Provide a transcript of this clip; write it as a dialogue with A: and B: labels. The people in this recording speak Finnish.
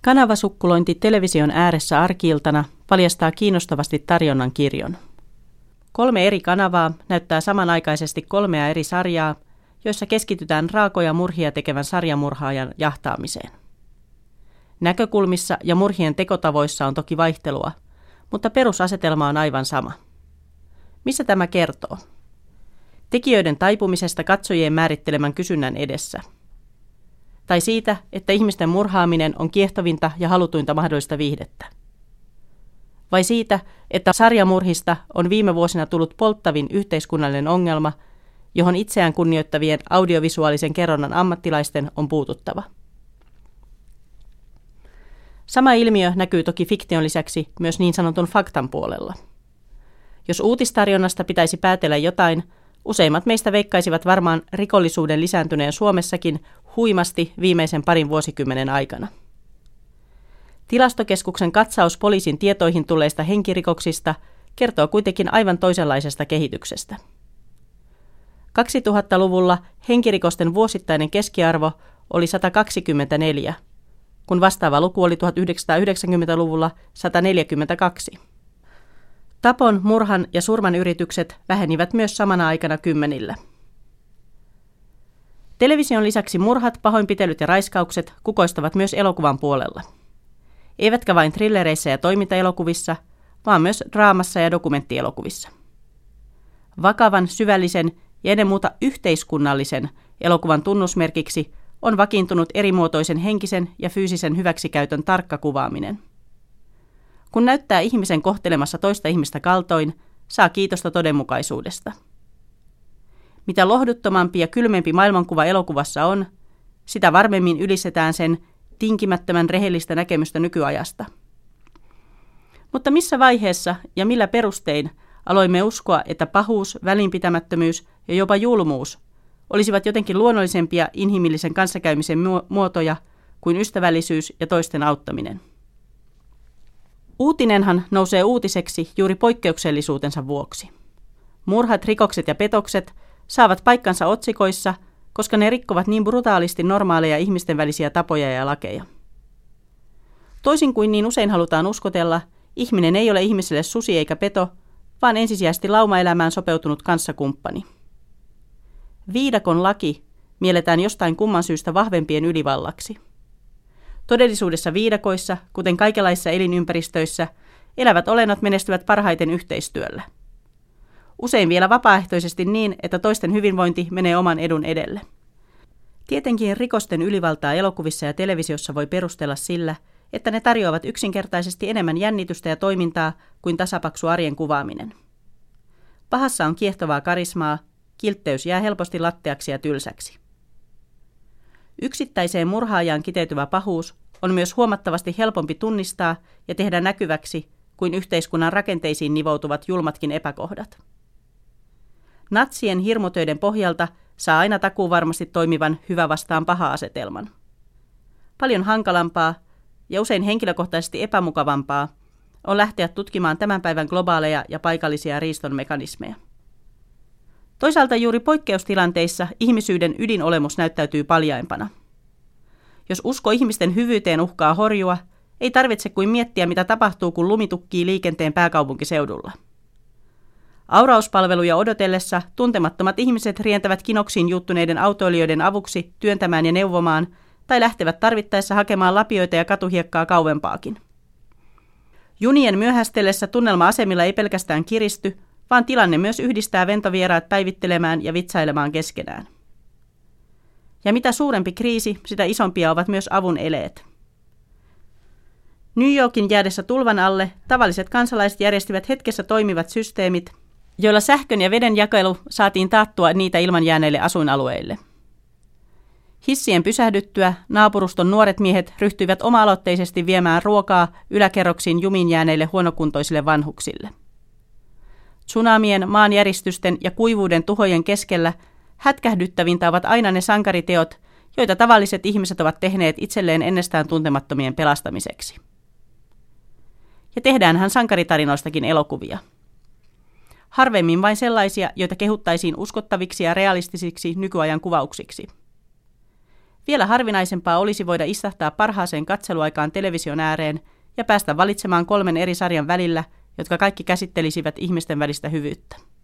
A: Kanavasukkulointi television ääressä arki-iltana paljastaa kiinnostavasti tarjonnan kirjon. 3 eri kanavaa näyttää samanaikaisesti 3 eri sarjaa, joissa keskitytään raakoja murhia tekevän sarjamurhaajan jahtaamiseen. Näkökulmissa ja murhien tekotavoissa on toki vaihtelua, mutta perusasetelma on aivan sama. Missä tämä kertoo? Tekijöiden taipumisesta katsojien määrittelemän kysynnän edessä. Tai siitä, että ihmisten murhaaminen on kiehtovinta ja halutuinta mahdollista viihdettä. Vai siitä, että sarjamurhista on viime vuosina tullut polttavin yhteiskunnallinen ongelma, johon itseään kunnioittavien audiovisuaalisen kerronnan ammattilaisten on puututtava. Sama ilmiö näkyy toki fiktion lisäksi myös niin sanotun faktan puolella. Jos uutistarjonnasta pitäisi päätellä jotain, useimmat meistä veikkaisivat varmaan rikollisuuden lisääntyneen Suomessakin huimasti viimeisen parin vuosikymmenen aikana. Tilastokeskuksen katsaus poliisin tietoihin tulleista henkirikoksista kertoo kuitenkin aivan toisenlaisesta kehityksestä. 2000-luvulla henkirikosten vuosittainen keskiarvo oli 124, kun vastaava luku oli 1990-luvulla 142. Tapon, murhan ja surman yritykset vähenivät myös samana aikana kymmenillä. Television lisäksi murhat, pahoinpitelyt ja raiskaukset kukoistavat myös elokuvan puolella. Eivätkä vain thrillereissä ja toimintaelokuvissa, vaan myös draamassa ja dokumenttielokuvissa. Vakavan, syvällisen ja ennen muuta yhteiskunnallisen elokuvan tunnusmerkiksi on vakiintunut erimuotoisen henkisen ja fyysisen hyväksikäytön tarkka kuvaaminen. Kun näyttää ihmisen kohtelemassa toista ihmistä kaltoin, saa kiitosta todenmukaisuudesta. Mitä lohduttomampi ja kylmempi maailmankuva elokuvassa on, sitä varmemmin ylistetään sen tinkimättömän rehellistä näkemystä nykyajasta. Mutta missä vaiheessa ja millä perustein aloimme uskoa, että pahuus, välinpitämättömyys ja jopa julmuus olisivat jotenkin luonnollisempia inhimillisen kanssakäymisen muotoja kuin ystävällisyys ja toisten auttaminen? Uutinenhan nousee uutiseksi juuri poikkeuksellisuutensa vuoksi. Murhat, rikokset ja petokset saavat paikkansa otsikoissa, koska ne rikkovat niin brutaalisti normaaleja ihmisten välisiä tapoja ja lakeja. Toisin kuin niin usein halutaan uskotella, ihminen ei ole ihmiselle susi eikä peto, vaan ensisijaisesti laumaelämään sopeutunut kanssakumppani. Viidakon laki mielletään jostain kumman syystä vahvempien ylivallaksi. Todellisuudessa viidakoissa, kuten kaikenlaisissa elinympäristöissä, elävät olennot menestyvät parhaiten yhteistyöllä. Usein vielä vapaaehtoisesti niin, että toisten hyvinvointi menee oman edun edelle. Tietenkin rikosten ylivaltaa elokuvissa ja televisiossa voi perustella sillä, että ne tarjoavat yksinkertaisesti enemmän jännitystä ja toimintaa kuin tasapaksu arjen kuvaaminen. Pahassa on kiehtovaa karismaa, kiltteys jää helposti latteaksi ja tylsäksi. Yksittäiseen murhaajaan kiteytyvä pahuus on myös huomattavasti helpompi tunnistaa ja tehdä näkyväksi kuin yhteiskunnan rakenteisiin nivoutuvat julmatkin epäkohdat. Natsien hirmutöiden pohjalta saa aina takuuvarmasti toimivan hyvä vastaan paha asetelman. Paljon hankalampaa ja usein henkilökohtaisesti epämukavampaa on lähteä tutkimaan tämän päivän globaaleja ja paikallisia riiston mekanismeja. Toisaalta juuri poikkeustilanteissa ihmisyyden ydinolemus näyttäytyy paljaimpana. Jos usko ihmisten hyvyyteen uhkaa horjua, ei tarvitse kuin miettiä, mitä tapahtuu, kun lumi tukkii liikenteen pääkaupunkiseudulla. Aurauspalveluja odotellessa tuntemattomat ihmiset rientävät kinoksiin juuttuneiden autoilijoiden avuksi työntämään ja neuvomaan tai lähtevät tarvittaessa hakemaan lapioita ja katuhiekkaa kauempaakin. Junien myöhästellessä tunnelma asemilla ei pelkästään kiristy, vaan tilanne myös yhdistää ventovieraat päivittelemään ja vitsailemaan keskenään. Ja mitä suurempi kriisi, sitä isompia ovat myös avun eleet. New Yorkin jäädessä tulvan alle tavalliset kansalaiset järjestivät hetkessä toimivat systeemit, joilla sähkön ja veden jakelu saatiin taattua niitä ilman jääneille asuinalueille. Hissien pysähdyttyä naapuruston nuoret miehet ryhtyivät oma-aloitteisesti viemään ruokaa yläkerroksiin jumiin jääneille huonokuntoisille vanhuksille. Tsunamien, maanjäristysten ja kuivuuden tuhojen keskellä hätkähdyttävintä ovat aina ne sankariteot, joita tavalliset ihmiset ovat tehneet itselleen ennestään tuntemattomien pelastamiseksi. Ja tehdäänhän sankaritarinoistakin elokuvia. Harvemmin vain sellaisia, joita kehuttaisiin uskottaviksi ja realistisiksi nykyajan kuvauksiksi. Vielä harvinaisempaa olisi voida istahtaa parhaaseen katseluaikaan television ääreen ja päästä valitsemaan 3 eri sarjan välillä, jotka kaikki käsittelisivät ihmisten välistä hyvyyttä.